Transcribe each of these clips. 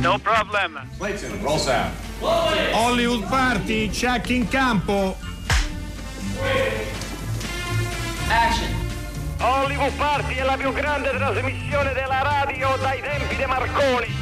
No problem. Clayton, roll sound. Hollywood Party, check in campo. Action. Hollywood Party è la più grande trasmissione della radio dai tempi di Marconi.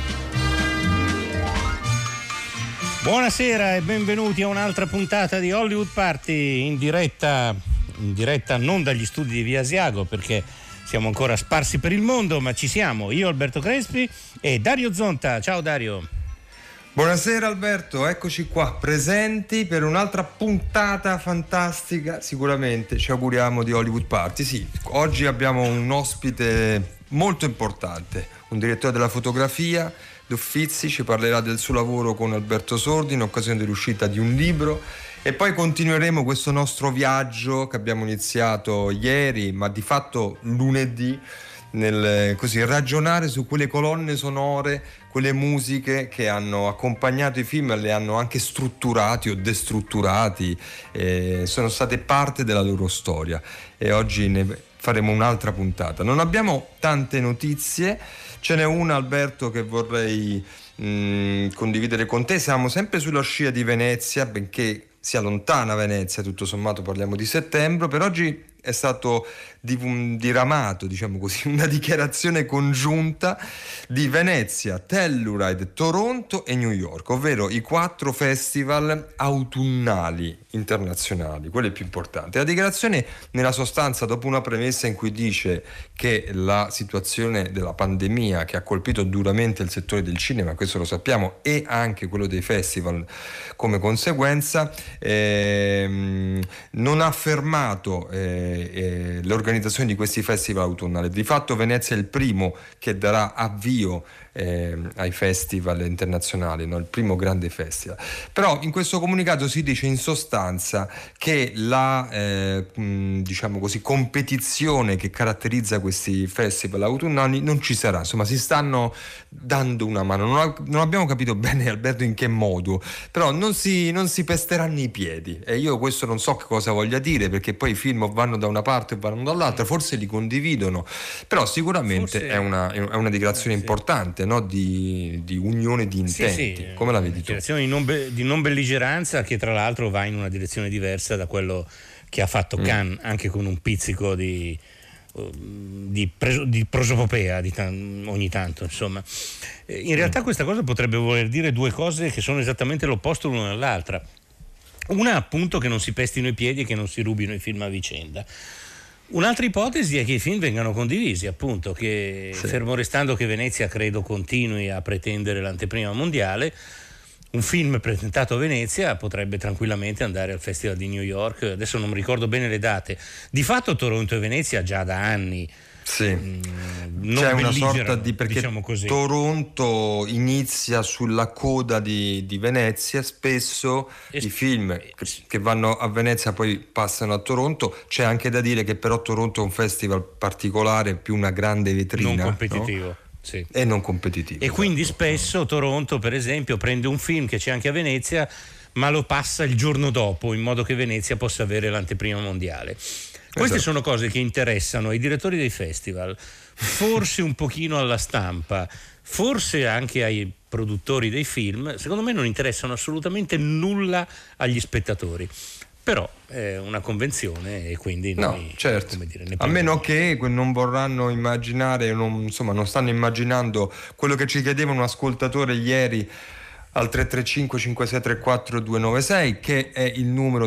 Buonasera e benvenuti a un'altra puntata di Hollywood Party in diretta non dagli studi di Via Asiago, perché siamo ancora sparsi per il mondo, ma ci siamo, io Alberto Crespi e Dario Zonta. Ciao Dario. Buonasera Alberto, eccoci qua presenti per un'altra puntata fantastica, sicuramente ci auguriamo, di Hollywood Party. Sì, oggi abbiamo un ospite molto importante, un direttore della fotografia, Uffizi, ci parlerà del suo lavoro con Alberto Sordi in occasione dell'uscita di un libro, e poi continueremo questo nostro viaggio che abbiamo iniziato ieri, ma di fatto lunedì, nel così ragionare su quelle colonne sonore, quelle musiche che hanno accompagnato i film, le hanno anche strutturati o destrutturati, sono state parte della loro storia, e oggi ne faremo un'altra puntata. Non abbiamo tante notizie, ce n'è una, Alberto, che vorrei condividere con te. Siamo sempre sulla scia di Venezia, benché sia lontana Venezia, tutto sommato parliamo di settembre. Per oggi è stato diramato, diciamo così, una dichiarazione congiunta di Venezia, Telluride, Toronto e New York, ovvero i 4 festival autunnali internazionali, quelli più importanti. La dichiarazione, nella sostanza, dopo una premessa in cui dice che la situazione della pandemia che ha colpito duramente il settore del cinema, questo lo sappiamo, e anche quello dei festival come conseguenza, non ha fermato l'organizzazione di questi festival autunnali. Di fatto Venezia è il primo che darà avvio ai festival internazionali, no? Il primo grande festival. Però in questo comunicato si dice in sostanza che la diciamo così, competizione che caratterizza questi festival autunnali non ci sarà. Insomma, si stanno dando una mano. Non abbiamo capito bene, Alberto, in che modo, però non si pesteranno i piedi, e io questo non so che cosa voglia dire, perché poi i film vanno da una parte e vanno dall'altra, forse li condividono, però sicuramente è una dichiarazione importante, no? di unione di intenti. Sì, come la vedi tu? Dichiarazione di non belligeranza, che tra l'altro va in una direzione diversa da quello che ha fatto Cannes, anche con un pizzico di prosopopea ogni tanto, insomma. In realtà questa cosa potrebbe voler dire due cose che sono esattamente l'opposto l'una dall'altra. Una, appunto, che non si pestino i piedi e che non si rubino i film a vicenda. Un'altra ipotesi è che i film vengano condivisi, appunto, che fermo restando che Venezia credo continui a pretendere l'anteprima mondiale, un film presentato a Venezia potrebbe tranquillamente andare al Festival di New York. Adesso non mi ricordo bene le date. Di fatto Toronto e Venezia già da anni. Sì, c'è una sorta di, perché diciamo così, Toronto inizia sulla coda di Venezia, spesso i film che vanno a Venezia poi passano a Toronto. C'è anche da dire che però Toronto è un festival particolare, più una grande vetrina, non competitivo, no? Sì. E non competitivo. E quindi spesso Toronto, per esempio, prende un film che c'è anche a Venezia, ma lo passa il giorno dopo, in modo che Venezia possa avere l'anteprima mondiale. Queste sono cose che interessano ai direttori dei festival, forse un pochino alla stampa, forse anche ai produttori dei film. Secondo me non interessano assolutamente nulla agli spettatori. Però è una convenzione e quindi noi, certo, come dire, a meno che non vorranno immaginare, non stanno immaginando quello che ci chiedeva un ascoltatore ieri al 335 5634 296, che è il numero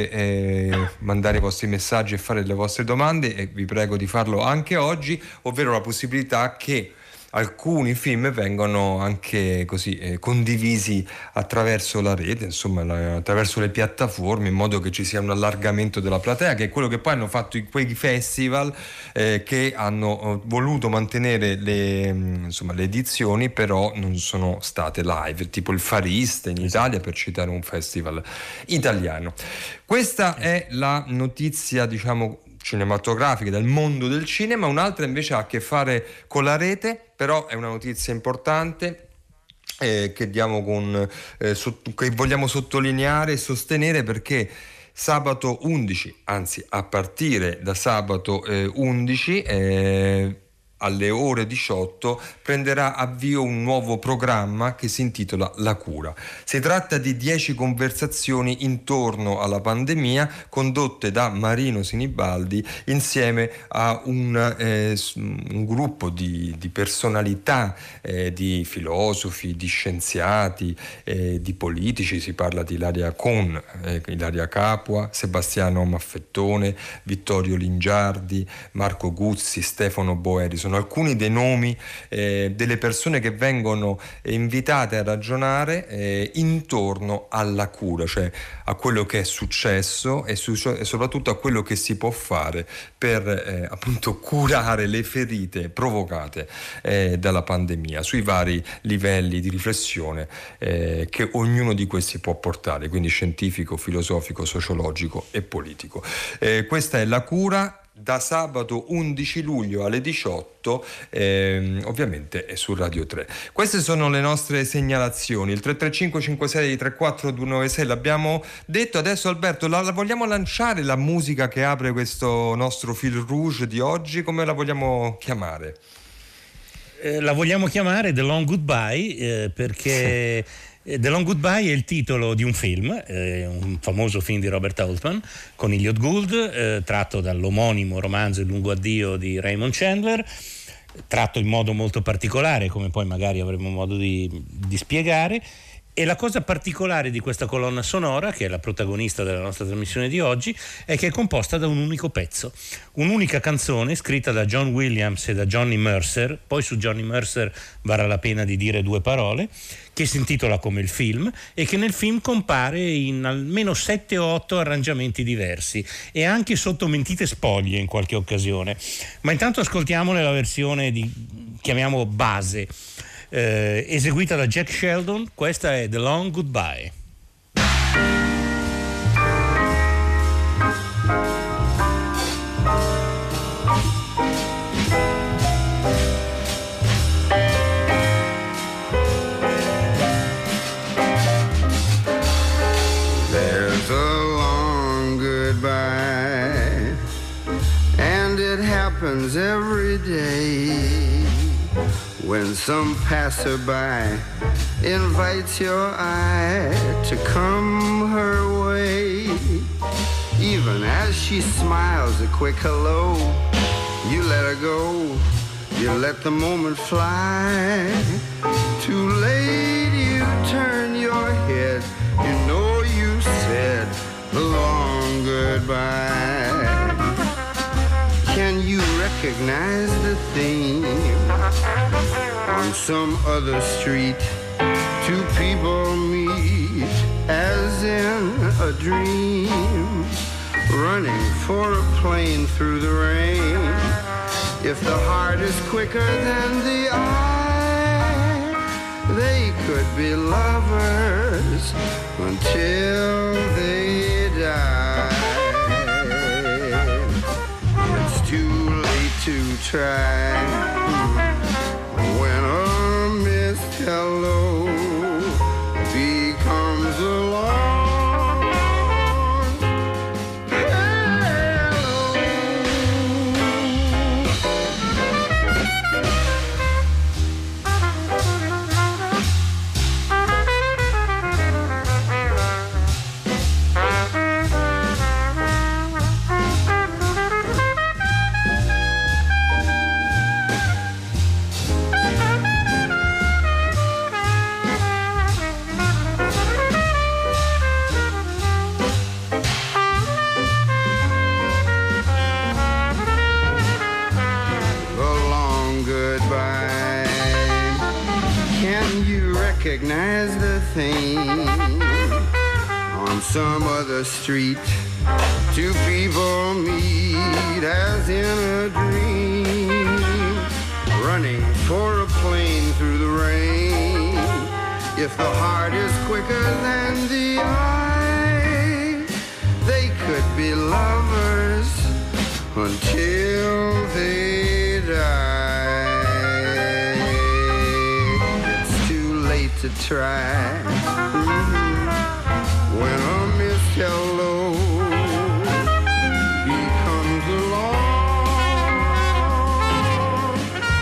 dove mandare i vostri messaggi e fare le vostre domande, e vi prego di farlo anche oggi, ovvero la possibilità che alcuni film vengono anche così condivisi attraverso la rete, insomma attraverso le piattaforme, in modo che ci sia un allargamento della platea, che è quello che poi hanno fatto quei festival che hanno voluto mantenere le edizioni, però non sono state live, tipo il Farista in Italia, per citare un festival italiano. Questa è la notizia, diciamo, cinematografiche del mondo del cinema. Un'altra invece ha a che fare con la rete, però è una notizia importante che diamo che vogliamo sottolineare e sostenere, perché sabato 11, anzi a partire da sabato 11 alle ore 18 prenderà avvio un nuovo programma che si intitola La Cura. Si tratta di 10 conversazioni intorno alla pandemia condotte da Marino Sinibaldi insieme a un gruppo di personalità, di filosofi, di scienziati, di politici. Si parla di Ilaria Con, Ilaria Capua, Sebastiano Maffettone, Vittorio Lingiardi, Marco Guzzi, Stefano Boeri. Sono alcuni dei nomi delle persone che vengono invitate a ragionare intorno alla cura, cioè a quello che è successo e soprattutto a quello che si può fare per appunto curare le ferite provocate dalla pandemia, sui vari livelli di riflessione che ognuno di questi può portare, quindi scientifico, filosofico, sociologico e politico. Questa è La Cura, da sabato 11 luglio alle 18, ovviamente è su Radio 3. Queste sono le nostre segnalazioni. Il 335 56 34 296 l'abbiamo detto. Adesso, Alberto, la vogliamo lanciare la musica che apre questo nostro fil rouge di oggi? Come la vogliamo chiamare? La vogliamo chiamare The Long Goodbye perché The Long Goodbye è il titolo di un film, un famoso film di Robert Altman con Elliot Gould, tratto dall'omonimo romanzo Il lungo addio di Raymond Chandler, tratto in modo molto particolare, come poi magari avremo modo di spiegare. E la cosa particolare di questa colonna sonora, che è la protagonista della nostra trasmissione di oggi, è che è composta da un unico pezzo, un'unica canzone scritta da John Williams e da Johnny Mercer. Poi su Johnny Mercer varrà la pena di dire due parole, che si intitola come il film e che nel film compare in almeno 7 o 8 arrangiamenti diversi e anche sotto mentite spoglie in qualche occasione. Ma intanto ascoltiamone la versione chiamiamo base, eseguita da Jack Sheldon. Questa è The Long Goodbye. There's a long goodbye, and it happens every day. When some passerby invites your eye to come her way, even as she smiles a quick hello, you let her go, you let the moment fly. Too late you turn your head, you know you said the long goodbye. Can you recognize the theme? On some other street, two people meet as in a dream, running for a plane through the rain. If the heart is quicker than the eye, they could be lovers until they die. It's too late to try. When a missed hello becomes a long hello. Recognize the thing. On some other street, two people meet as in a dream, running for a plane through the rain. If the heart is quicker than the eye, they could be lovers until they die. To try when a missed hello becomes a long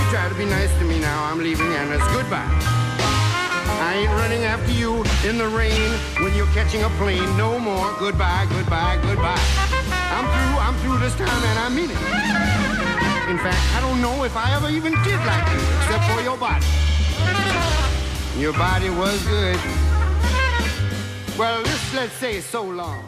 try to be nice to me now. I'm leaving and it's goodbye. I ain't running after you in the rain when you're catching a plane. No more. Goodbye, goodbye, goodbye. I'm through this time and I mean it. In fact, I don't know if I ever even did like you, except for your body. Your body was good. Well, let's say so long.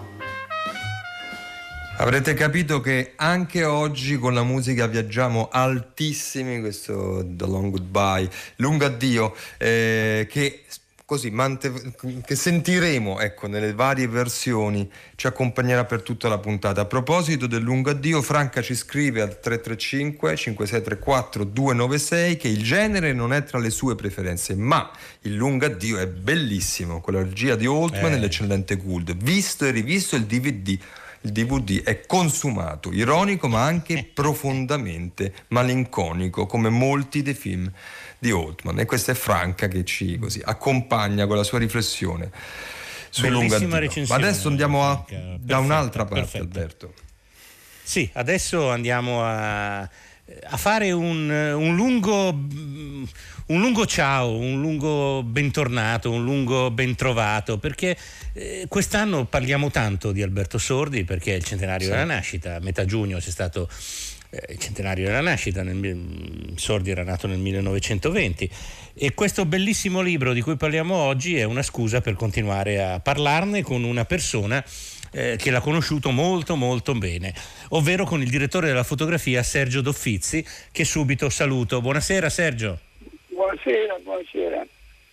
Avrete capito che anche oggi con la musica viaggiamo altissimi, questo The Long Goodbye, lungo addio, che così che sentiremo, ecco, nelle varie versioni, ci accompagnerà per tutta la puntata. A proposito del lungo addio, Franca ci scrive al 335 5634 296 che il genere non è tra le sue preferenze, ma il lungo addio è bellissimo, con la regia di Altman e l'eccellente Gould. Visto e rivisto il DVD è consumato, ironico ma anche profondamente malinconico, come molti dei film di Altman. E questa è Franca che ci così accompagna con la sua riflessione sul lungo addio. Ma adesso andiamo da un'altra parte, perfetto. Alberto. Sì, adesso andiamo a fare un lungo ciao, un lungo bentornato, un lungo bentrovato, perché quest'anno parliamo tanto di Alberto Sordi, perché è il centenario della nascita. A metà giugno c'è stato il centenario della nascita, Sordi era nato nel 1920, e questo bellissimo libro di cui parliamo oggi è una scusa per continuare a parlarne con una persona che l'ha conosciuto molto molto bene, ovvero con il direttore della fotografia Sergio Doffizzi, che subito saluto. Buonasera Sergio. Buonasera.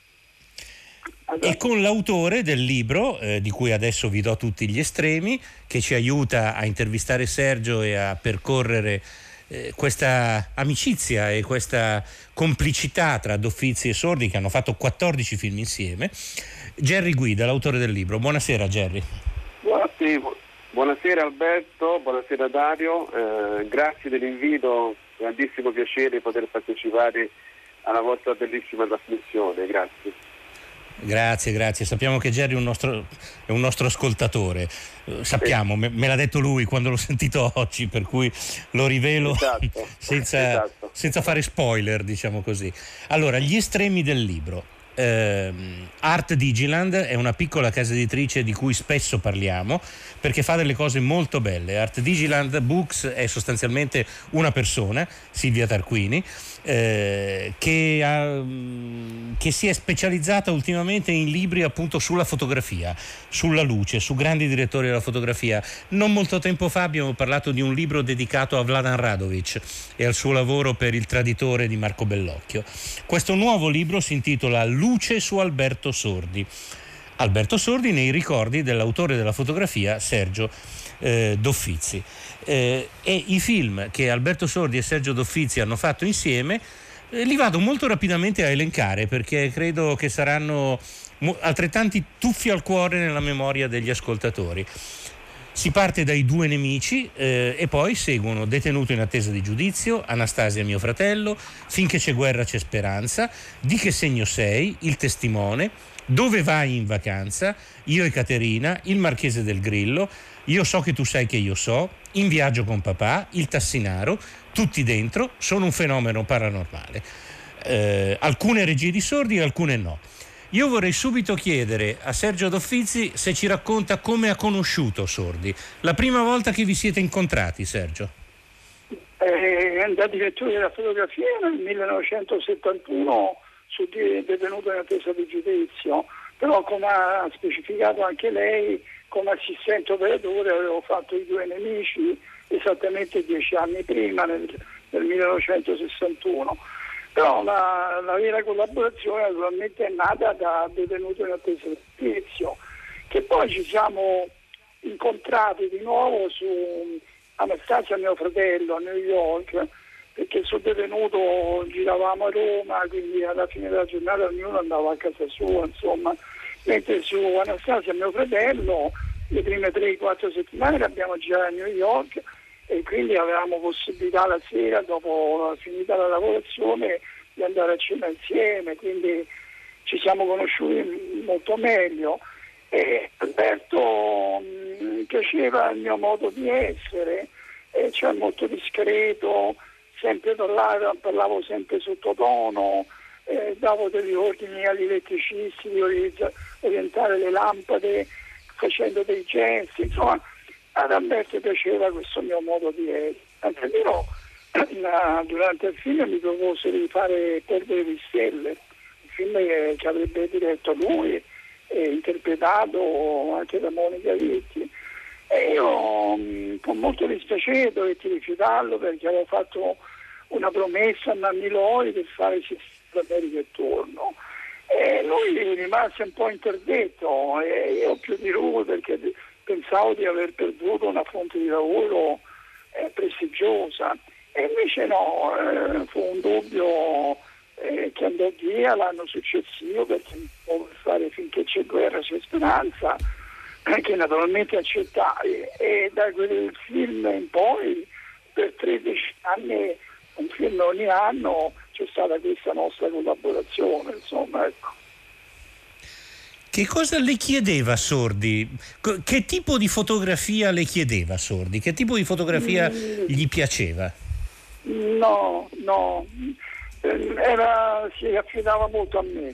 E con l'autore del libro, di cui adesso vi do tutti gli estremi, che ci aiuta a intervistare Sergio e a percorrere questa amicizia e questa complicità tra Doffizzi e Sordi, che hanno fatto 14 film insieme, Gerry Guida, l'autore del libro. Buonasera Gerry. Buonasera Alberto, buonasera Dario, grazie dell'invito, grandissimo piacere poter partecipare alla vostra bellissima trasmissione, grazie. Sappiamo che Gerry è un nostro ascoltatore, sappiamo, me l'ha detto lui quando l'ho sentito oggi, per cui lo rivelo, esatto. senza fare spoiler, diciamo così. Allora, gli estremi del libro. Art Digiland è una piccola casa editrice di cui spesso parliamo, perché fa delle cose molto belle. Art Digiland Books è sostanzialmente una persona, Silvia Tarquini, che si è specializzata ultimamente in libri appunto sulla fotografia, sulla luce, su grandi direttori della fotografia. Non molto tempo fa abbiamo parlato di un libro dedicato a Vladan Radovic e al suo lavoro per Il traditore di Marco Bellocchio. Questo nuovo libro si intitola Luce su Alberto Sordi. Alberto Sordi nei ricordi dell'autore della fotografia Sergio Doffizzi. E i film che Alberto Sordi e Sergio Doffizzi hanno fatto insieme li vado molto rapidamente a elencare, perché credo che saranno altrettanti tuffi al cuore nella memoria degli ascoltatori. Si parte dai Due nemici e poi seguono Detenuto in attesa di giudizio, Anastasia mio fratello, Finché c'è guerra c'è speranza, Di che segno sei, Il testimone, Dove vai in vacanza, Io e Caterina, Il marchese del Grillo, Io so che tu sai che io so, In viaggio con papà, Il tassinaro, Tutti dentro, Sono un fenomeno paranormale. Alcune regie di Sordi e alcune no. Io vorrei subito chiedere a Sergio Doffizzi se ci racconta come ha conosciuto Sordi. La prima volta che vi siete incontrati, Sergio? Da direttore della fotografia nel 1971 su Detenuto in attesa di giudizio, però come ha specificato anche lei, come assistente operatore avevo fatto I Due nemici esattamente 10 anni prima, nel 1961. Però la vera collaborazione naturalmente è nata da Detenuto in attesa di giudizio, che poi ci siamo incontrati di nuovo su Anastasia mio fratello a New York, perché sul Detenuto giravamo a Roma, quindi alla fine della giornata ognuno andava a casa sua, insomma, mentre su Anastasia mio fratello le prime 3-4 settimane le abbiamo girate a New York, e quindi avevamo possibilità la sera, dopo finita la lavorazione, di andare a cena insieme, quindi ci siamo conosciuti molto meglio. E Alberto piaceva il mio modo di essere, cioè molto discreto, sempre parlavo sempre sottotono, davo degli ordini agli elettricisti di orientare le lampade facendo dei gesti, insomma ad Alberto piaceva questo mio modo di essere. Anche dirò, durante il film mi propose di fare Perdere le stelle, un film che avrebbe diretto lui e interpretato anche da Monica Vitti, e io con molto dispiacere dovetti rifiutarlo perché avevo fatto una promessa a Nanni Loi per fare l'America e torno, e lui rimase un po' interdetto e io più di lui perché pensavo di aver perduto una fonte di lavoro prestigiosa, e invece no, fu un dubbio che andò via l'anno successivo perché per fare Finché c'è guerra c'è speranza, che naturalmente accettai, e da quel film in poi per 13 anni, un film ogni anno, c'è stata questa nostra collaborazione, insomma, ecco. Che cosa le chiedeva Sordi? Che tipo di fotografia le chiedeva Sordi? Che tipo di fotografia gli piaceva? No, si affidava molto a me,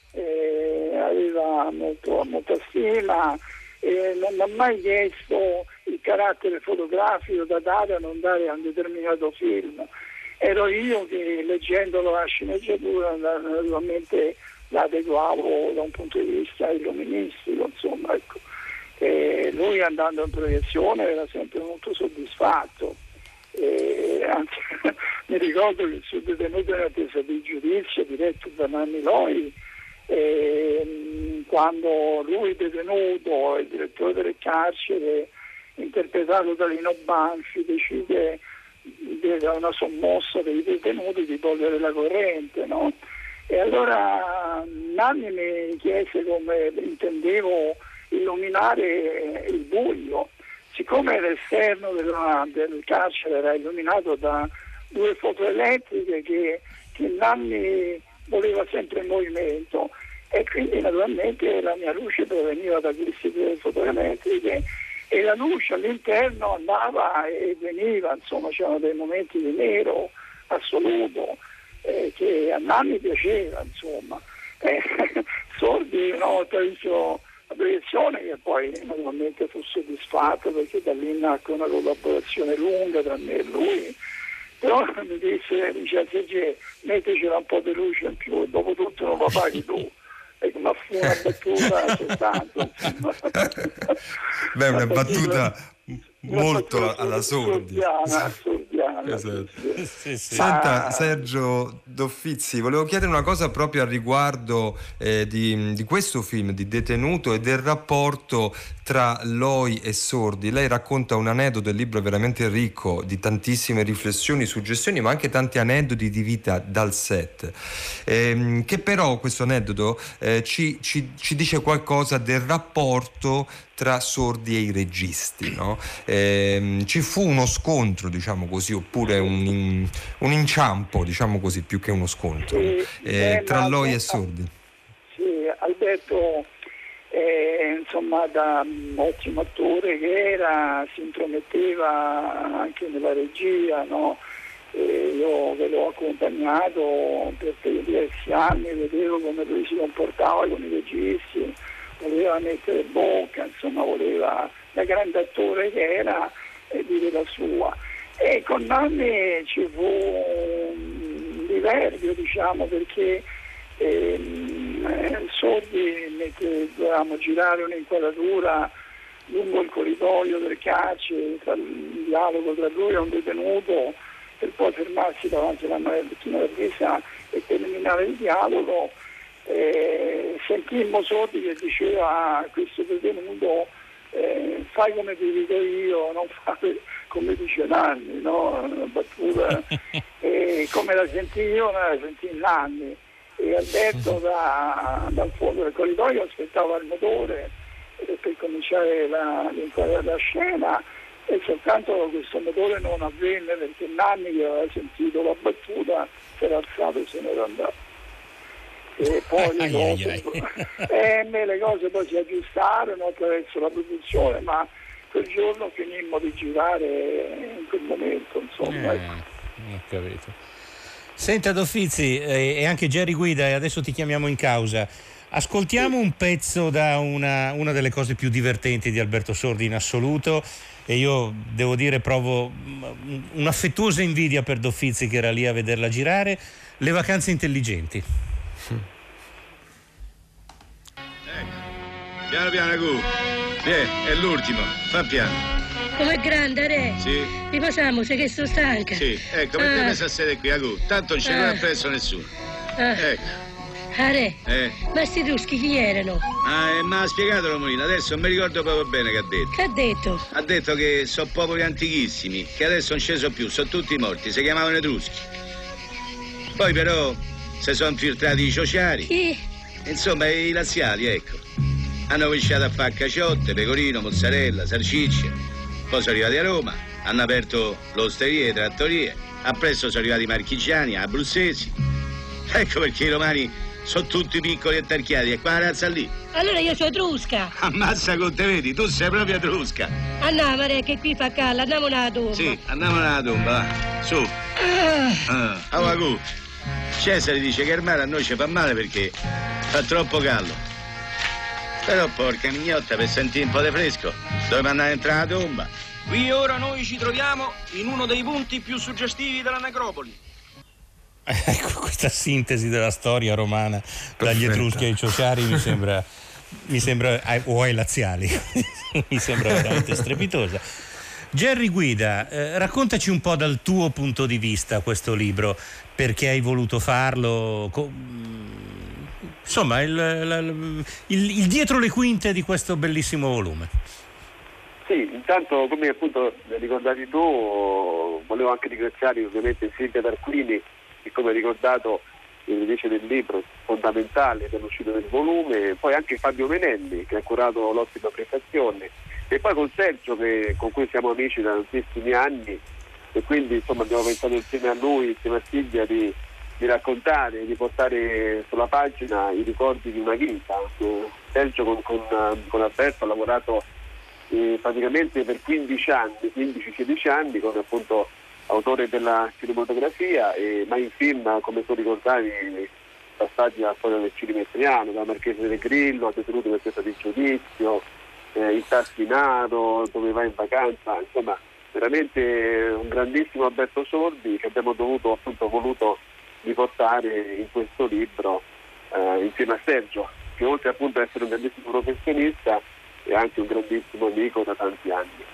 aveva molta stima, non mi ha mai chiesto il carattere fotografico da dare o non dare a un determinato film. Ero io che, leggendolo la sceneggiatura, naturalmente l'adeguavo da un punto di vista illuministico, insomma, ecco. Lui andando in proiezione era sempre molto soddisfatto, anzi mi ricordo che il suo detenuto in attesa di giudizio diretto da Nanni Loi, quando lui detenuto, il direttore del carcere interpretato da Lino Banfi, decide da una sommossa dei detenuti di togliere la corrente, no? E allora Nanni mi chiese come intendevo illuminare il buio. Siccome l'esterno del carcere era illuminato da 2 fotoelettriche che Nanni voleva sempre in movimento, e quindi naturalmente la mia luce proveniva da queste 2 fotoelettriche e la luce all'interno andava e veniva, insomma c'erano dei momenti di nero assoluto che a Nanni piaceva, insomma. Sordi una volta visto la proiezione, che poi naturalmente fu soddisfatto perché da lì nacque una collaborazione lunga tra me e lui, però mi dice Sergei, mettecela un po' di luce in più, dopo tutto non la paghi tu. Ma fu una battuta soltanto. Beh, una battuta molto alla Sordi. Sordiana. Esatto. Sì. Senta, Sergio Doffizi, volevo chiedere una cosa proprio a riguardo di questo film, di Detenuto, e del rapporto tra Loi e Sordi. Lei racconta un aneddoto, il libro è veramente ricco di tantissime riflessioni, suggestioni, ma anche tanti aneddoti di vita dal set, che però questo aneddoto ci dice qualcosa del rapporto tra Sordi e i registi, no? Ci fu uno scontro, diciamo così, oppure un inciampo, diciamo così, più che uno scontro, tra Loi e Sordi. Sì, Alberto, insomma, da ottimo attore che era, si intrometteva anche nella regia, no? Io ve l'ho accompagnato per diversi anni, vedevo come lui si comportava con i registi, voleva mettere bocca, insomma voleva, da grande attore che era, dire la sua. E con Nanni ci fu un diverbio, diciamo, perché Sordi, dovevamo girare un'inquadratura lungo il corridoio del carcere, il dialogo tra lui e un detenuto, per poi fermarsi davanti alla macchina da presa e terminare il dialogo. Sentimmo Sordi che diceva a questo detenuto, fai come ti dico io, non fare come dice Nanni, no? Una battuta. Come la sentì io, non la sentì Nanni. E Alberto dal fondo del corridoio aspettava il motore per cominciare la scena, e soltanto questo motore non avvenne perché Nanni, che aveva sentito la battuta, si era alzato e se n'era andato. E poi le cose poi si aggiustarono attraverso la produzione, ma quel giorno finimmo di girare in quel momento, insomma. Ho capito. Senta Doffizi e anche Jerry Guida, e adesso ti chiamiamo in causa. Ascoltiamo un pezzo da una delle cose più divertenti di Alberto Sordi in assoluto, e io devo dire provo un'affettuosa invidia per Doffizi che era lì a vederla girare. Le vacanze intelligenti. Ecco, piano piano Gu. È l'ultimo, fa piano. Com'è grande, re? Sì. Riposiamo, sei che sono stanca. Sì, ecco, mettimi a sedere qui, Agu. Tanto non ce n'è presso nessuno. Ecco. Re, ma sti ruschi chi erano? Ma ha spiegato Romolino, adesso non mi ricordo proprio bene che ha detto. Che ha detto? Ha detto che sono popoli antichissimi, che adesso non ci sono più, sono tutti morti, si chiamavano Etruschi. Poi però si sono infiltrati i ciociari. Chi? Insomma, i laziali, ecco. Hanno cominciato a fare caciotte, pecorino, mozzarella, salsicce. Poi sono arrivati a Roma, hanno aperto l'osterie, le trattorie. Appresso sono arrivati i marchigiani, abruzzesi. Ecco perché i romani sono tutti piccoli e tarchiati, e qua la razza lì. Allora io sono etrusca. Ammazza con te, vedi, tu sei proprio etrusca. Andiamo, re, che qui fa caldo, andiamo nella tomba. Sì, andiamo nella tomba, va, su. Agu. Cesare dice che il mare a noi ci fa male perché fa troppo caldo. Però porca mignotta, per sentire un po' di fresco, dobbiamo andare a entrare alla tomba. Qui ora noi ci troviamo in uno dei punti più suggestivi della necropoli. Ecco, questa sintesi della storia romana, dagli Etruschi ai Ciociari mi sembra o ai laziali mi sembra veramente strepitosa. Jerry Guida, raccontaci un po' dal tuo punto di vista questo libro, perché hai voluto farlo, insomma il dietro le quinte di questo bellissimo volume. Sì, intanto come appunto ricordavi tu, volevo anche ringraziare ovviamente Silvia Tarquini, che come hai ricordato l'editrice del libro fondamentale per l'uscita del volume, poi anche Fabio Menelli che ha curato l'ottima prefazione, e poi con Sergio con cui siamo amici da tantissimi anni, e quindi insomma abbiamo pensato insieme a lui, insieme a Silvia, di raccontare, di portare sulla pagina i ricordi di una vita. Sergio con Alberto ha lavorato praticamente per 15-16 anni come appunto autore della cinematografia, ma in film, come tu ricordavi, passati alla storia del cinema italiano, da Marchese del Grillo, Detenuto per questa di giudizio, Il Tartinato, Dove vai in vacanza, insomma veramente un grandissimo Alberto Sordi che abbiamo voluto riportare in questo libro insieme a Sergio, che oltre appunto ad essere un grandissimo professionista è anche un grandissimo amico da tanti anni.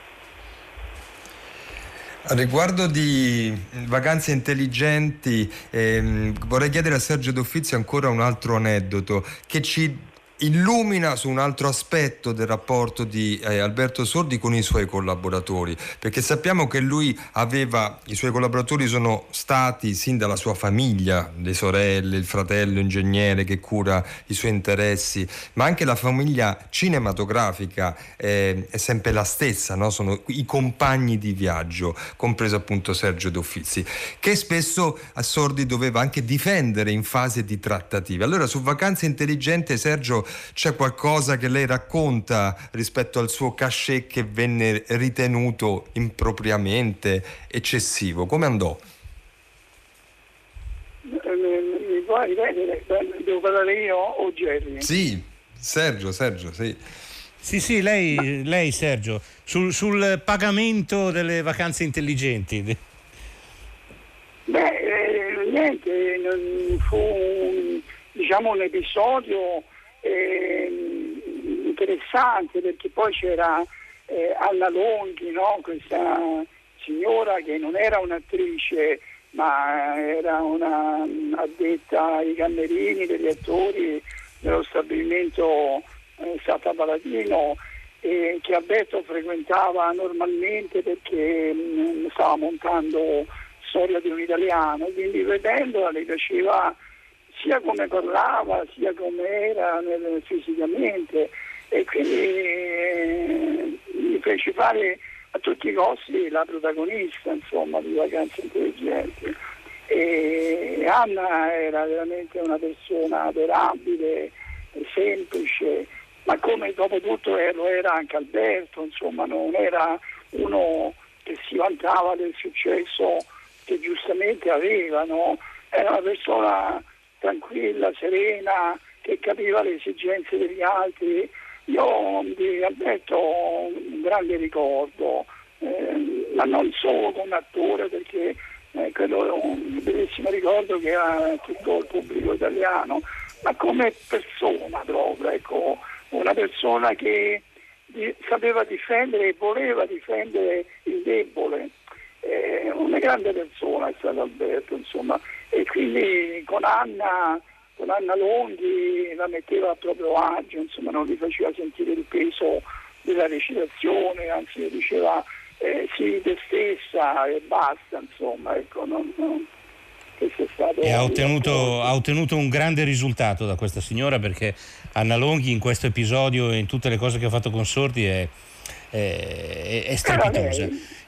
A riguardo di vacanze intelligenti, vorrei chiedere a Sergio Doffizi ancora un altro aneddoto che ci illumina su un altro aspetto del rapporto di Alberto Sordi con i suoi collaboratori, perché sappiamo che i suoi collaboratori sono stati sin dalla sua famiglia, le sorelle, il fratello ingegnere che cura i suoi interessi, ma anche la famiglia cinematografica è sempre la stessa, no? Sono i compagni di viaggio, compreso appunto Sergio Doffizi, che spesso a Sordi doveva anche difendere in fase di trattative. Allora su Vacanze Intelligenti, Sergio, c'è qualcosa che lei racconta rispetto al suo cachet che venne ritenuto impropriamente eccessivo? Come andò? Mi puoi ripetere? Devo parlare io o Jerry? Sì, Sergio, sì. Sì, lei Sergio, sul pagamento delle vacanze intelligenti. Niente, fu un episodio interessante, perché poi c'era Anna Longhi, no? Questa signora che non era un'attrice ma era una addetta ai camerini degli attori dello stabilimento Sata Palatino, che Alberto frequentava normalmente perché stava montando Storia di un italiano, quindi vedendola le piaceva sia come parlava, sia come era fisicamente, e quindi mi fece fare a tutti i costi la protagonista, insomma, di Vacanze Intelligenti. E Anna era veramente una persona adorabile, semplice, ma come dopo tutto lo era anche Alberto, insomma, non era uno che si vantava del successo che giustamente avevano. Era una persona tranquilla, serena, che capiva le esigenze degli altri. Io di Alberto ho un grande ricordo, ma non solo come attore, perché quello è un bellissimo ricordo che ha tutto il pubblico italiano, ma come persona proprio, ecco, una persona che sapeva difendere e voleva difendere il debole. Una grande persona è stato Alberto, insomma, e quindi con Anna Longhi la metteva a proprio agio, insomma, non gli faceva sentire il peso della recitazione, anzi diceva sì, te stessa e basta, insomma, ecco, questo è stato. E ha ottenuto un grande risultato da questa signora, perché Anna Longhi in questo episodio e in tutte le cose che ha fatto con Sordi è strepitosa.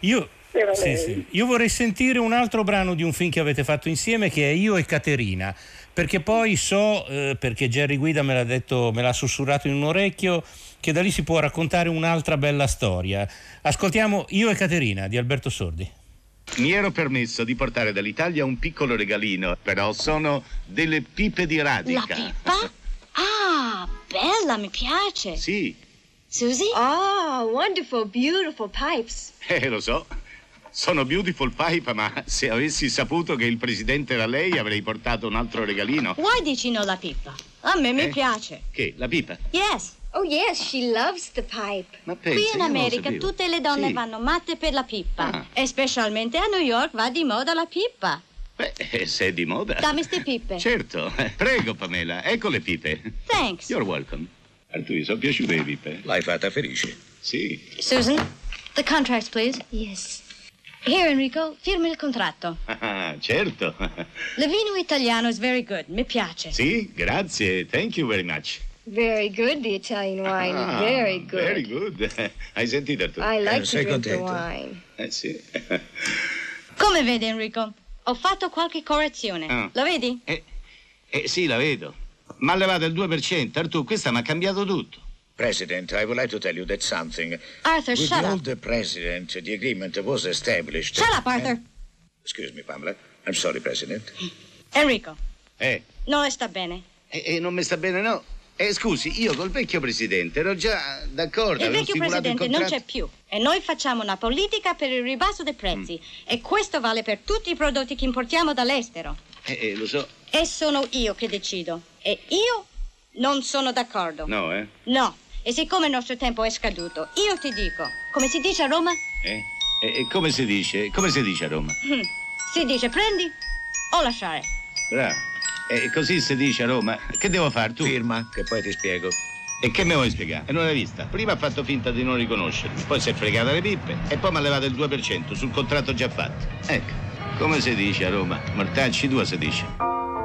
Io vorrei sentire un altro brano di un film che avete fatto insieme, che è Io e Caterina, perché poi so, perché Jerry Guida me l'ha sussurrato in un orecchio, che da lì si può raccontare un'altra bella storia. Ascoltiamo Io e Caterina di Alberto Sordi. Mi ero permesso di portare dall'Italia un piccolo regalino, però sono delle pipe di radica. La pipa? Ah, bella, mi piace. Sì. Susie? Oh, wonderful, beautiful pipes. Lo so. Sono beautiful pipe, ma se avessi saputo che il presidente era lei avrei portato un altro regalino. Why dici no la pipa? A me mi piace. Che? La pipa? Yes. Oh yes, she loves the pipe. Ma pensi, qui in America tutte le donne vanno matte per la pipa. E specialmente a New York va di moda la pipa. Beh, se è di moda. Dammi ste pipe. Certo. Prego, Pamela. Ecco le pipe. Thanks. You're welcome. Arturo, sono piaciute le pipe? L'hai fatta felice? Sì. Susan, the contracts, please. Yes. Here, Enrico, firmi il contratto. Ah, certo. Il vino italiano is very good. Mi piace. Sì, grazie. Thank you very much. Very good, the Italian wine. Very good. Very good. Hai sentito, Arturo? I like to sei drink the contento? wine. Sì. Come vedi, Enrico? Ho fatto qualche correzione. Lo vedi? Sì, la vedo. Ma ha levato il 2%. Arturo, questa mi ha cambiato tutto. President, I would like to tell you that something. Arthur, With shut the up. old president, the agreement was established. Shut up, Arthur. Excuse me, Pamela. I'm sorry, President. Enrico. Non le sta bene. Non mi sta bene, no. Scusi, io col vecchio presidente ero già d'accordo. Il vecchio stipulato presidente il non contratto. c'è più e noi facciamo una politica per il ribasso dei prezzi e questo vale per tutti i prodotti che importiamo dall'estero. Lo so. E sono io che decido e io non sono d'accordo. No, No, e siccome il nostro tempo è scaduto, io ti dico, come si dice a Roma? Come si dice? Come si dice a Roma? Si dice prendi o lasciare. Bravo. Così si dice a Roma. Che devo fare tu? Firma, che poi ti spiego. E che mi vuoi spiegare? E non l'hai vista? Prima ha fatto finta di non riconoscermi, poi si è fregata le pippe e poi mi ha levato il 2% sul contratto già fatto. Ecco, come si dice a Roma? Mortacci tua si dice.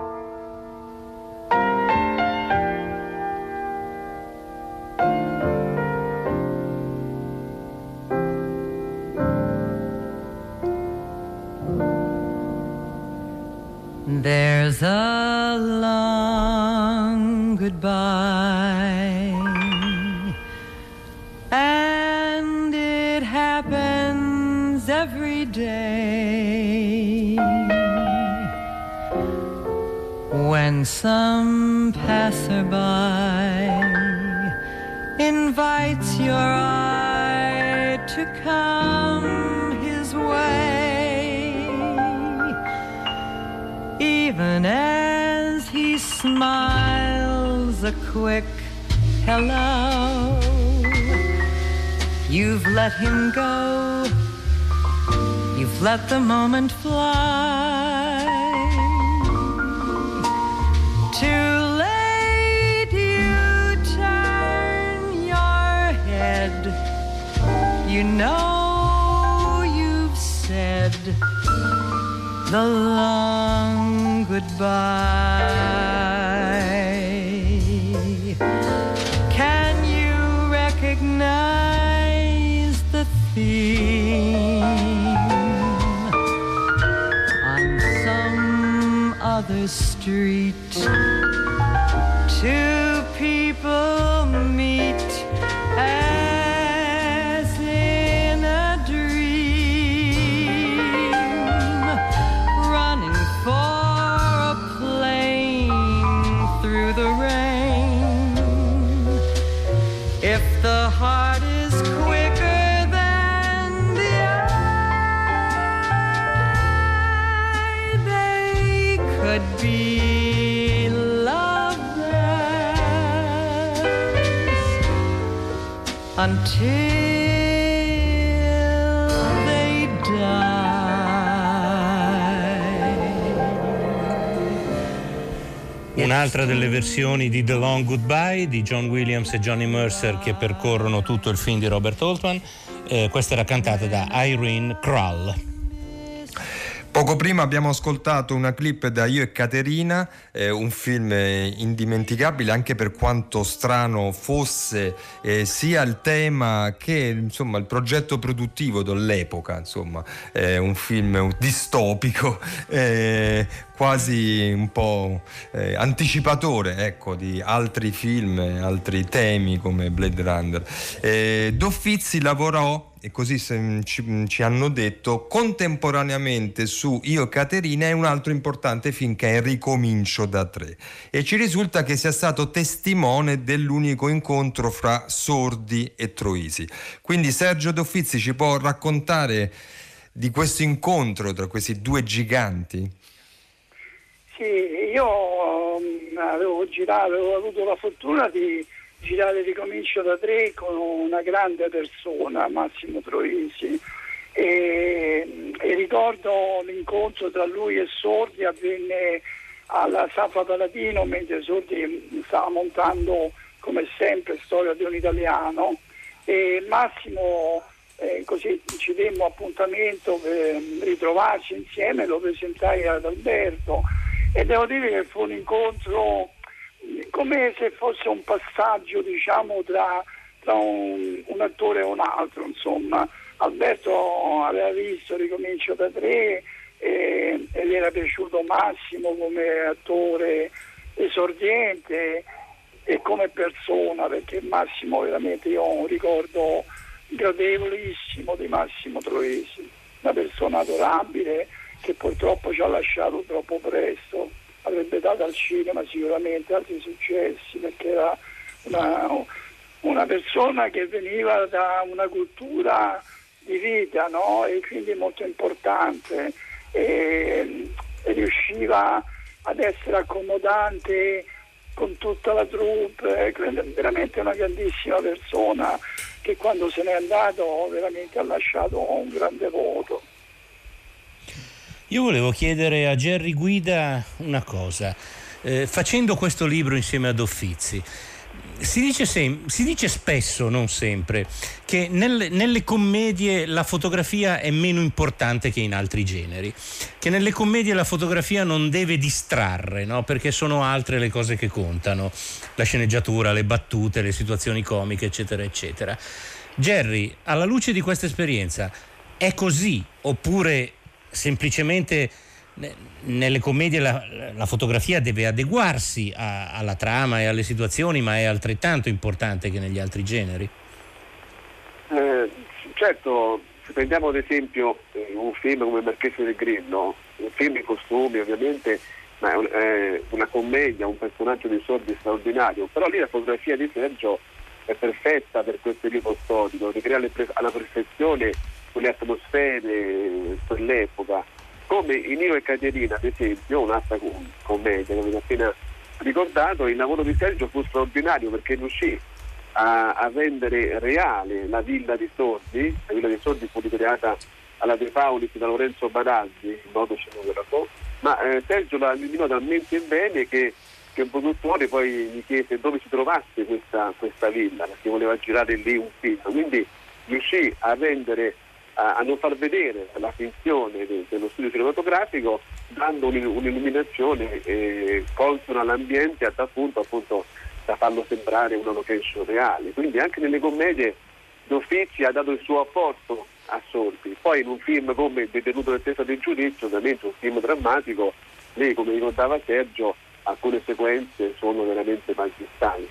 There's a long goodbye, and it happens every day when some passerby invites your eye to come his way. Even as he smiles a quick hello, you've let him go, you've let the moment fly. Too late you turn your head, you know you've said the long goodbye. Can you recognize the theme on some other street? Two people meet as in a dream. If the heart is quicker than the eye, they could be lovers until they die. Un'altra delle versioni di The Long Goodbye di John Williams e Johnny Mercer che percorrono tutto il film di Robert Altman. Questa era cantata da Irene Krull. Poco prima abbiamo ascoltato una clip da Io e Caterina, un film indimenticabile anche per quanto strano fosse sia il tema che insomma il progetto produttivo dell'epoca, insomma un film distopico, quasi un po' anticipatore, ecco, di altri film, altri temi come Blade Runner. Doffizi lavorò, e così ci hanno detto, contemporaneamente su Io e Caterina e un altro importante film che è Ricomincio da 3, e ci risulta che sia stato testimone dell'unico incontro fra sordi e Troisi. Quindi Sergio Doffizi ci può raccontare di questo incontro tra questi due giganti? Sì, io avevo avuto la fortuna di girare Ricomincio da 3 con una grande persona, Massimo Troisi, e ricordo l'incontro tra lui e Sordi avvenne alla Safa Palatino mentre Sordi stava montando come sempre Storia di un italiano, e Massimo così ci demmo appuntamento per ritrovarci insieme, lo presentai ad Alberto e devo dire che fu un incontro come se fosse un passaggio, diciamo, tra un attore e un altro, insomma. Alberto aveva visto Ricomincio da 3 e gli era piaciuto Massimo come attore esordiente e come persona, perché Massimo veramente, io ho un ricordo gradevolissimo di Massimo Troisi, una persona adorabile che purtroppo ci ha lasciato troppo presto. Avrebbe dato al cinema sicuramente altri successi, perché era una persona che veniva da una cultura di vita, no? E quindi molto importante, e riusciva ad essere accomodante con tutta la troupe, veramente una grandissima persona che quando se n'è andato veramente ha lasciato un grande voto. Io volevo chiedere a Gerry Guida una cosa. Facendo questo libro insieme a Doffizi, si dice spesso, non sempre, che nelle commedie la fotografia è meno importante che in altri generi, che nelle commedie la fotografia non deve distrarre, no? Perché sono altre le cose che contano, la sceneggiatura, le battute, le situazioni comiche, eccetera, eccetera. Gerry, alla luce di questa esperienza, è così oppure semplicemente nelle commedie la fotografia deve adeguarsi alla trama e alle situazioni, ma è altrettanto importante che negli altri generi? Certo, se prendiamo ad esempio un film come Marchese del Grillo, un film in costumi ovviamente, ma è una commedia, un personaggio di Sordi straordinario, però lì la fotografia di Sergio è perfetta per quel periodo storico, ricrea alla perfezione quelle atmosfere, quell'epoca. Come in Io e Caterina, ad esempio, un'altra commedia che avete appena ricordato, il lavoro di Sergio fu straordinario perché riuscì a rendere reale la villa di Sordi. La villa di Sordi fu ricreata alla De Paulis da Lorenzo Baraldi, il noto scenografo, ma Sergio la illuminò talmente bene che un produttore poi mi chiese dove si trovasse questa villa, perché voleva girare lì un film, quindi riuscì a rendere, a non far vedere la finzione dello studio cinematografico, dando un'illuminazione consona all'ambiente a tal punto appunto da farlo sembrare una location reale. Quindi anche nelle commedie Doffizi ha dato il suo apporto a Sordi. Poi in un film come Detenuto in attesa del giudizio, ovviamente un film drammatico, lì, come ricordava Sergio, alcune sequenze sono veramente magistrali.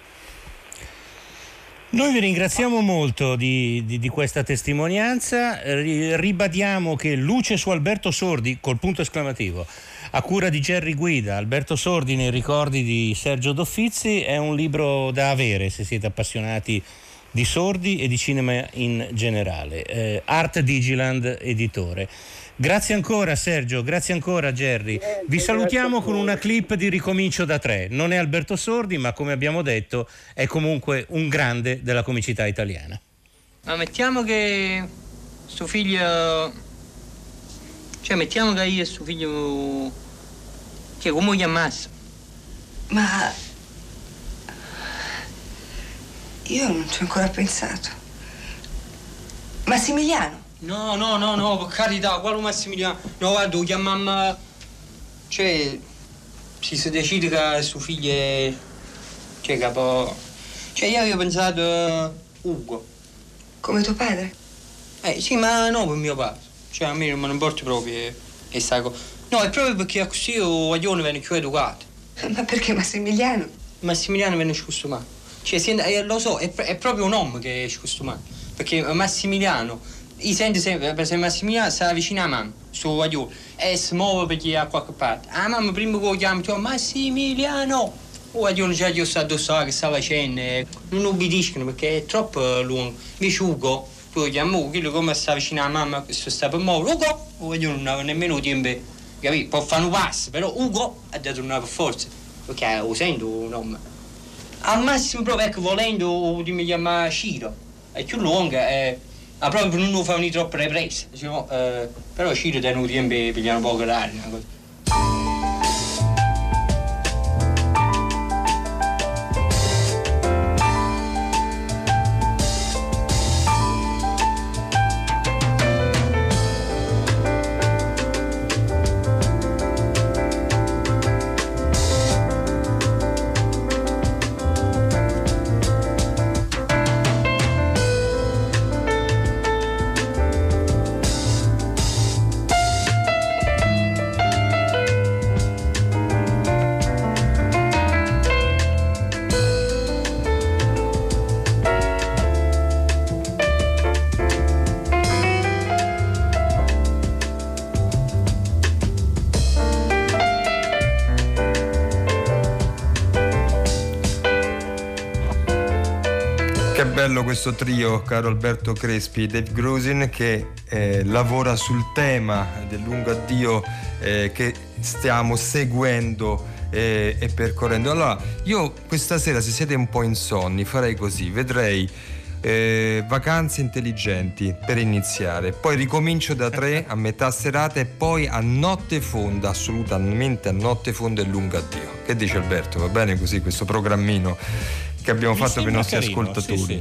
Noi vi ringraziamo molto di questa testimonianza, ribadiamo che luce su Alberto Sordi, col punto esclamativo, a cura di Gerry Guida, Alberto Sordi nei ricordi di Sergio Doffizzi. È un libro da avere se siete appassionati di Sordi e di cinema in generale. Art Digiland editore. Grazie ancora Sergio, grazie ancora Gerry. Vi salutiamo con una clip di Ricomincio da 3. Non è Alberto Sordi, ma come abbiamo detto è comunque un grande della comicità italiana. Ma mettiamo che suo figlio, cioè mettiamo che io e suo figlio, cioè come lo chiamasse? Ma io non ci ho ancora pensato. Massimiliano? No, per carità, quale Massimiliano? No, guarda, lo chiamiamo, cioè, si decide che suo figlio è, cioè, capo, cioè io avevo pensato Ugo. Come tuo padre? Sì, ma no per mio padre, cioè a me non mi importa proprio questa cosa. No, è proprio perché così il guaglione viene più educato. Ma perché Massimiliano? Massimiliano viene scostumato. Cioè, lo so, è proprio un uomo che è scostumato. Perché Massimiliano, io sento sempre, per esempio Massimiliano sta vicino a mamma, sto guaglione, e si muove perché è a qualche parte. Ah, mamma prima che lo chiami, tu Massimiliano! Il guaglione già gli sta addosso che sta facendo, non obbediscono perché è troppo lungo. Invece Ugo, tu lo chiami Ugo, quello come sta vicino a mamma, questo sta per muovere, Ugo! Il guaglione non aveva nemmeno tempo, capito? Può fare un passo, però Ugo ha da tornare per forza, perché lo sento un nome. Al massimo proprio, ecco, volendo mi chiama Ciro, è più lunga, proprio per non lo fare troppo riprese, diciamo, però Ciro tiene un tempo per pigliare un po' l'aria, una cosa. Questo trio, caro Alberto Crespi e Dave Grusin, che lavora sul tema del lungo addio che stiamo seguendo e percorrendo. Allora, io questa sera, se siete un po' insonni, farei così, vedrei Vacanze intelligenti per iniziare, poi Ricomincio da 3 a metà serata e poi a notte fonda, assolutamente a notte fonda e lungo addio. Che dice Alberto? Va bene così questo programmino che abbiamo fatto per i nostri ascoltatori? Sì.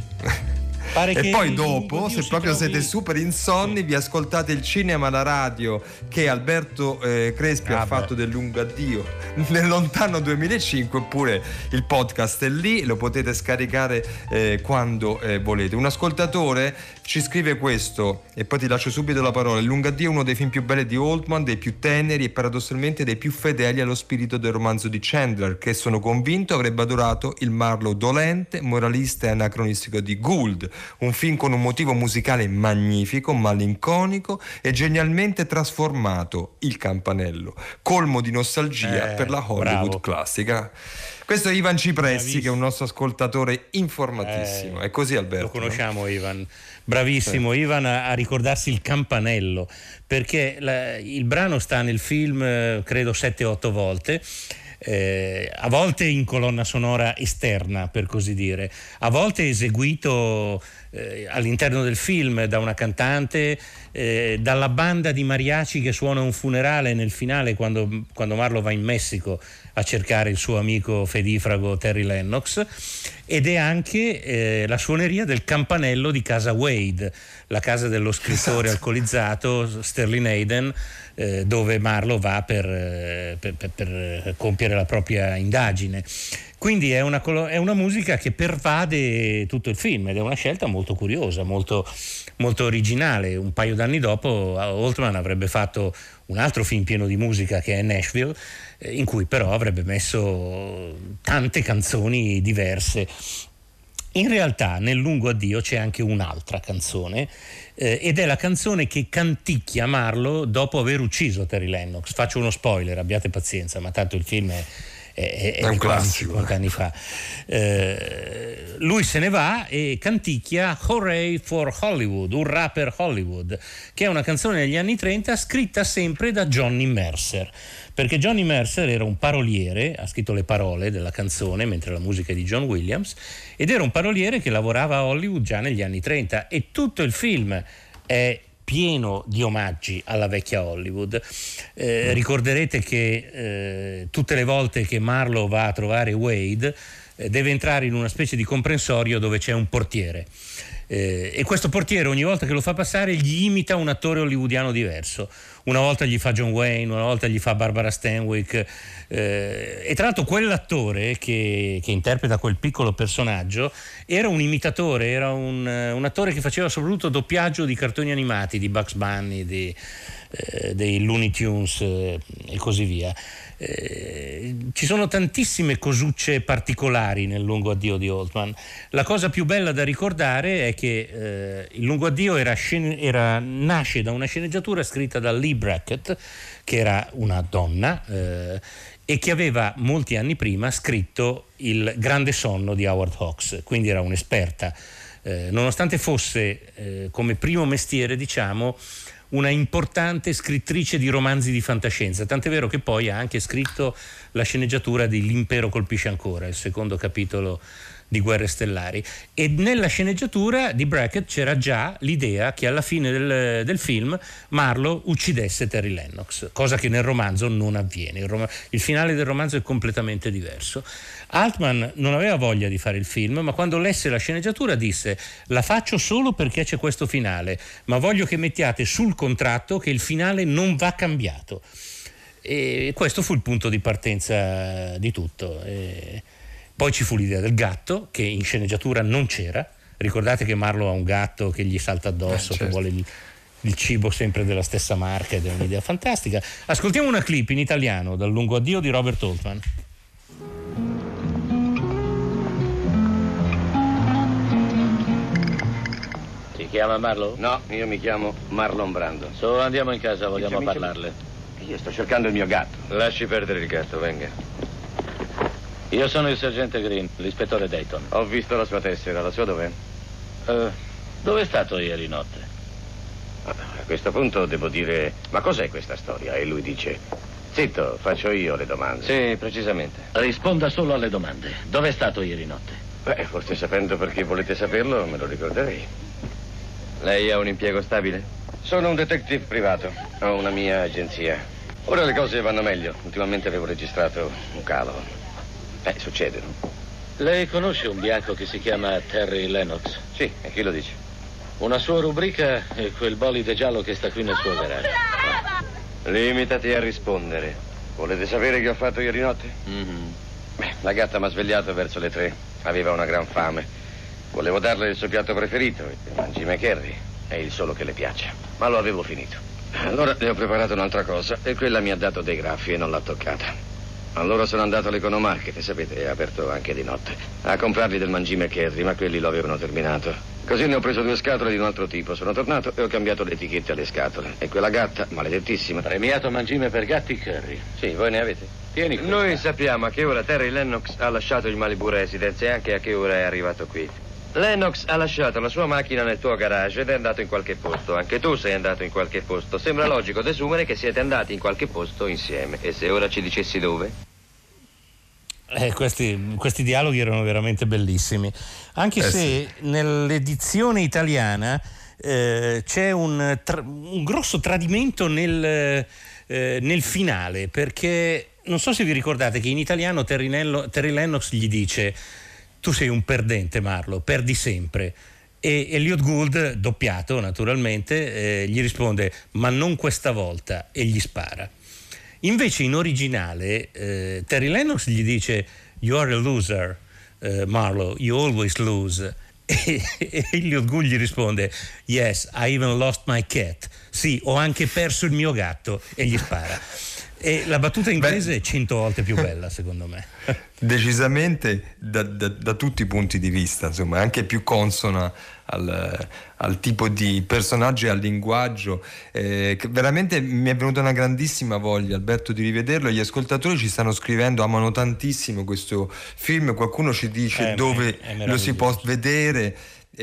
E poi dopo, se proprio siete super insonni, vi ascoltate il Cinema alla radio che Alberto Crespi ha fatto del lungo addio nel lontano 2005, oppure il podcast è lì, lo potete scaricare quando volete. Un ascoltatore ci scrive questo, e poi ti lascio subito la parola: il lungo addio è uno dei film più belli di Altman, dei più teneri e paradossalmente dei più fedeli allo spirito del romanzo di Chandler, che sono convinto avrebbe adorato il Marlowe dolente, moralista e anacronistico di Gould. Un film con un motivo musicale magnifico, malinconico e genialmente trasformato, Il Campanello, colmo di nostalgia per la Hollywood classica. Questo è Ivan Cipressi, che è un nostro ascoltatore informatissimo. È così, Alberto? Lo conosciamo, no? Ivan. Bravissimo, sì. Ivan a ricordarsi Il Campanello, perché il brano sta nel film credo 7-8 volte. A volte in colonna sonora esterna, per così dire, a volte eseguito all'interno del film da una cantante, dalla banda di mariachi che suona un funerale nel finale quando Marlo va in Messico a cercare il suo amico fedifrago Terry Lennox, ed è anche la suoneria del campanello di casa Wade, la casa dello scrittore alcolizzato Sterling Hayden, dove Marlo va per compiere la propria indagine. Quindi è una musica che pervade tutto il film ed è una scelta molto curiosa, molto, molto originale. Un paio d'anni dopo Altman avrebbe fatto un altro film pieno di musica, che è Nashville, in cui però avrebbe messo tante canzoni diverse. In realtà nel Lungo Addio c'è anche un'altra canzone, ed è la canzone che canticchia Marlowe dopo aver ucciso Terry Lennox. Faccio uno spoiler, abbiate pazienza, ma tanto il film è un classico, 50 anni fa. Lui se ne va e canticchia Hooray for Hollywood, urrà per Hollywood, che è una canzone degli anni 30 scritta sempre da Johnny Mercer, perché Johnny Mercer era un paroliere, ha scritto le parole della canzone mentre la musica è di John Williams, ed era un paroliere che lavorava a Hollywood già negli anni 30, e tutto il film è pieno di omaggi alla vecchia Hollywood. Ricorderete che tutte le volte che Marlowe va a trovare Wade deve entrare in una specie di comprensorio dove c'è un portiere, e questo portiere ogni volta che lo fa passare gli imita un attore hollywoodiano diverso. Una volta gli fa John Wayne, una volta gli fa Barbara Stanwyck, e tra l'altro quell'attore che interpreta quel piccolo personaggio era un imitatore, era un attore che faceva soprattutto doppiaggio di cartoni animati, di Bugs Bunny, dei Looney Tunes e così via. Ci sono tantissime cosucce particolari nel Lungo Addio di Altman. La cosa più bella da ricordare è che il Lungo Addio nasce da una sceneggiatura scritta da Leigh Brackett, che era una donna e che aveva molti anni prima scritto Il Grande Sonno di Howard Hawks, quindi era un'esperta, nonostante fosse come primo mestiere, diciamo, una importante scrittrice di romanzi di fantascienza, tant'è vero che poi ha anche scritto la sceneggiatura di L'impero colpisce ancora, il secondo capitolo di Guerre Stellari, e nella sceneggiatura di Brackett c'era già l'idea che alla fine del film Marlowe uccidesse Terry Lennox, cosa che nel romanzo non avviene. Il finale del romanzo è completamente diverso. Altman non aveva voglia di fare il film, ma quando lesse la sceneggiatura disse: la faccio solo perché c'è questo finale, ma voglio che mettiate sul contratto che il finale non va cambiato. E questo fu il punto di partenza di tutto. Poi ci fu l'idea del gatto, che in sceneggiatura non c'era. Ricordate che Marlowe ha un gatto che gli salta addosso, certo, che vuole il cibo sempre della stessa marca, ed è un'idea fantastica. Ascoltiamo una clip in italiano dal Lungo Addio di Robert Altman. Si chiama Marlowe? No, io mi chiamo Marlon Brando. Andiamo in casa, vogliamo parlarle. Io sto cercando il mio gatto. Lasci perdere il gatto, venga. Io sono il sergente Green, l'ispettore Dayton. Ho visto la sua tessera, la sua dov'è? Dove è stato ieri notte? A questo punto devo dire: ma cos'è questa storia? E lui dice: zitto, faccio io le domande. Sì, precisamente. Risponda solo alle domande. Dove è stato ieri notte? Beh, forse sapendo perché volete saperlo, me lo ricorderei. Lei ha un impiego stabile? Sono un detective privato, ho una mia agenzia. Ora le cose vanno meglio. Ultimamente avevo registrato un calo. Succede, no? Lei conosce un bianco che si chiama Terry Lennox? Sì, e chi lo dice? Una sua rubrica è quel bolide giallo che sta qui nel suo garage. Limitati a rispondere. Volete sapere che ho fatto ieri notte? La gatta mi ha svegliato verso le 3. Aveva una gran fame. Volevo darle il suo piatto preferito, il mangime curry. È il solo che le piace. Ma lo avevo finito. Allora le ho preparato un'altra cosa e quella mi ha dato dei graffi e non l'ha toccata. Allora sono andato all'economarket, sapete, è aperto anche di notte, a comprargli del mangime curry, ma quelli lo avevano terminato. Così ne ho preso 2 scatole di un altro tipo, sono tornato e ho cambiato le etichette alle scatole. E quella gatta, maledettissima... Premiato mangime per gatti curry. Sì, voi ne avete? Tieni qui. Noi sappiamo a che ora Terry Lennox ha lasciato il Malibu Residence e anche a che ora è arrivato qui. Lennox ha lasciato la sua macchina nel tuo garage ed è andato in qualche posto. Anche tu sei andato in qualche posto. Sembra logico desumere che siete andati in qualche posto insieme. E se ora ci dicessi dove? Questi dialoghi erano veramente bellissimi. Anche se nell'edizione italiana c'è un grosso tradimento nel finale, perché non so se vi ricordate che in italiano Terry Lennox gli dice: tu sei un perdente, Marlowe, perdi sempre. E Elliot Gould, doppiato naturalmente, gli risponde: ma non questa volta, e gli spara. Invece in originale Terry Lennox gli dice: you are a loser, Marlowe, you always lose. E Elliot Gould gli risponde: yes, I even lost my cat. Sì, ho anche perso il mio gatto, e gli spara. E la battuta inglese è 100 volte più bella, secondo me. Decisamente da tutti i punti di vista, insomma, è anche più consona al tipo di personaggio e al linguaggio. Veramente mi è venuta una grandissima voglia, Alberto, di rivederlo. Gli ascoltatori ci stanno scrivendo, amano tantissimo questo film, qualcuno ci dice dove lo si può vedere.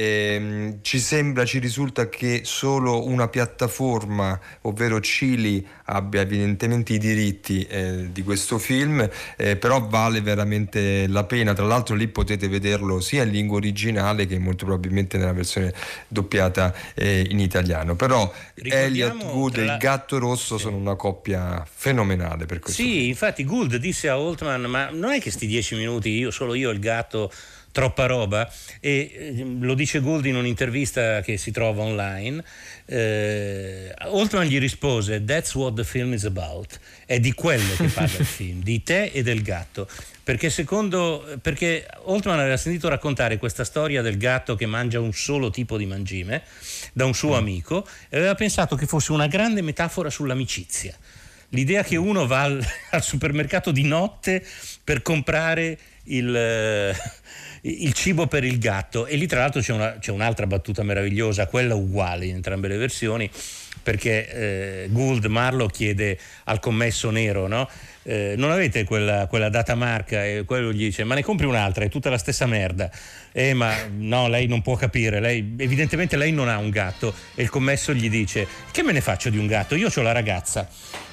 Ci risulta che solo una piattaforma, ovvero Cili, abbia evidentemente i diritti di questo film, però vale veramente la pena. Tra l'altro lì potete vederlo sia in lingua originale che molto probabilmente nella versione doppiata in italiano. Però Elliott Gould e il Gatto Rosso sono una coppia fenomenale per questo film. Infatti Gould disse a Altman: ma non è che sti 10 minuti solo io e il gatto, troppa roba? E lo dice Gould in un'intervista che si trova online. Altman gli rispose: that's what the film is about. È di quello che parla il film, di te e del gatto, perché Altman aveva sentito raccontare questa storia del gatto che mangia un solo tipo di mangime da un suo amico e aveva pensato che fosse una grande metafora sull'amicizia. L'idea che uno va al supermercato di notte per comprare il cibo per il gatto, e lì tra l'altro c'è un'altra battuta meravigliosa, quella uguale in entrambe le versioni, perché Marlowe chiede al commesso nero, no? Non avete quella data marca? E quello gli dice: ma ne compri un'altra, è tutta la stessa merda. Ma no, lei non può capire, evidentemente lei non ha un gatto. E il commesso gli dice: che me ne faccio di un gatto? Io c'ho la ragazza.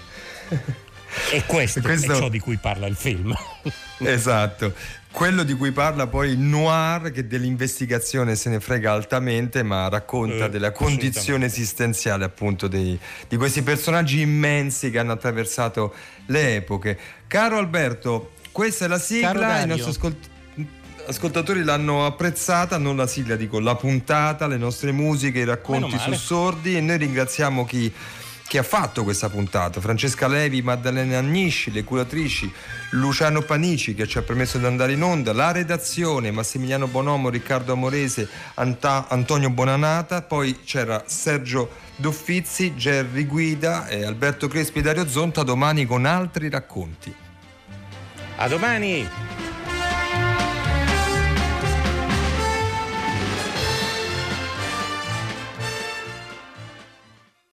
E questo è ciò di cui parla il film. Esatto, quello di cui parla poi il noir, che dell'investigazione se ne frega altamente, ma racconta della condizione esistenziale appunto di questi personaggi immensi che hanno attraversato le epoche. Caro Alberto, questa è la sigla, i nostri ascoltatori l'hanno apprezzata, non la sigla, dico la puntata, le nostre musiche, i racconti sussordi, e noi ringraziamo chi ha fatto questa puntata: Francesca Levi, Maddalena Agnisci, le curatrici, Luciano Panici che ci ha permesso di andare in onda, la redazione, Massimiliano Bonomo, Riccardo Amorese, Antonio Bonanata, poi c'era Sergio Doffizzi, Gerry Guida, Alberto Crespi, Dario Zonta. Domani con altri racconti. A domani!